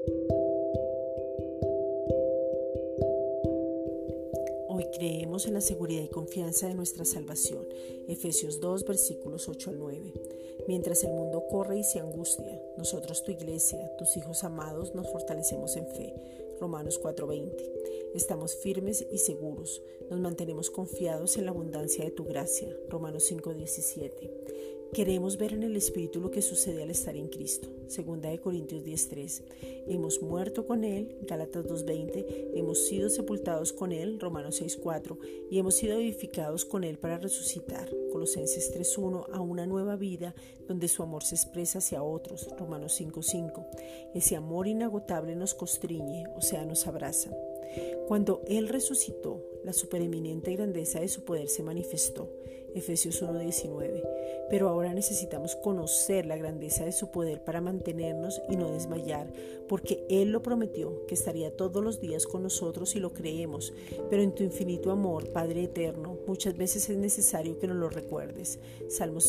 Hoy creemos en la seguridad y confianza de nuestra salvación. Efesios 2, versículos 8 al 9. Mientras el mundo corre y se angustia, nosotros, tu iglesia, tus hijos amados, nos fortalecemos en fe. Romanos 4:20. Estamos firmes y seguros, nos mantenemos confiados en la abundancia de tu gracia. Romanos 5:17. Queremos ver en el Espíritu lo que sucede al estar en Cristo. Segunda de Corintios 10:3. Hemos muerto con Él, Gálatas 2:20. Hemos sido sepultados con Él, Romanos 6:4. Y hemos sido edificados con Él para resucitar, Colosenses 3:1, a una nueva vida donde su amor se expresa hacia otros, Romanos 5:5. Ese amor inagotable nos constriñe, o sea, nos abraza. Cuando Él resucitó, la supereminente grandeza de su poder se manifestó, Efesios 1:19. Pero ahora necesitamos conocer la grandeza de su poder para mantenernos y no desmayar, porque Él lo prometió, que estaría todos los días con nosotros y lo creemos. Pero en tu infinito amor, Padre eterno, muchas veces es necesario que nos lo recuerdes. Salmo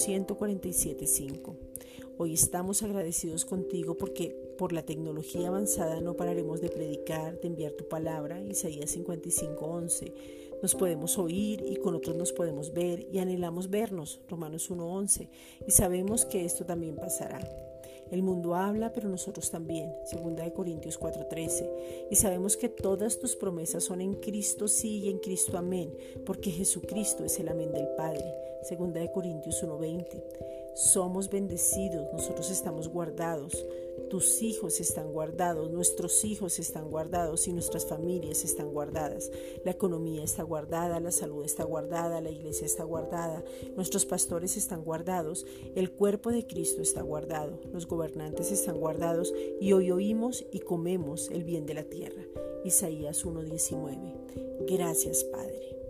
147:5. Hoy estamos agradecidos contigo porque por la tecnología avanzada no pararemos de predicar, de enviar tu palabra, Isaías 55:11. Nos podemos oír y con otros nos podemos ver y anhelamos vernos, Romanos 1:11. Y sabemos que esto también pasará. El mundo habla, pero nosotros también, Segunda de Corintios 4:13. Y sabemos que todas tus promesas son en Cristo sí y en Cristo amén, porque Jesucristo es el amén del Padre, Segunda de Corintios 1:20. Somos bendecidos, nosotros estamos guardados, tus hijos están guardados, nuestros hijos están guardados y nuestras familias están guardadas. La economía está guardada, la salud está guardada, la iglesia está guardada, nuestros pastores están guardados, el cuerpo de Cristo está guardado, los gobernantes están guardados y hoy oímos y comemos el bien de la tierra. Isaías 1:19. Gracias, Padre.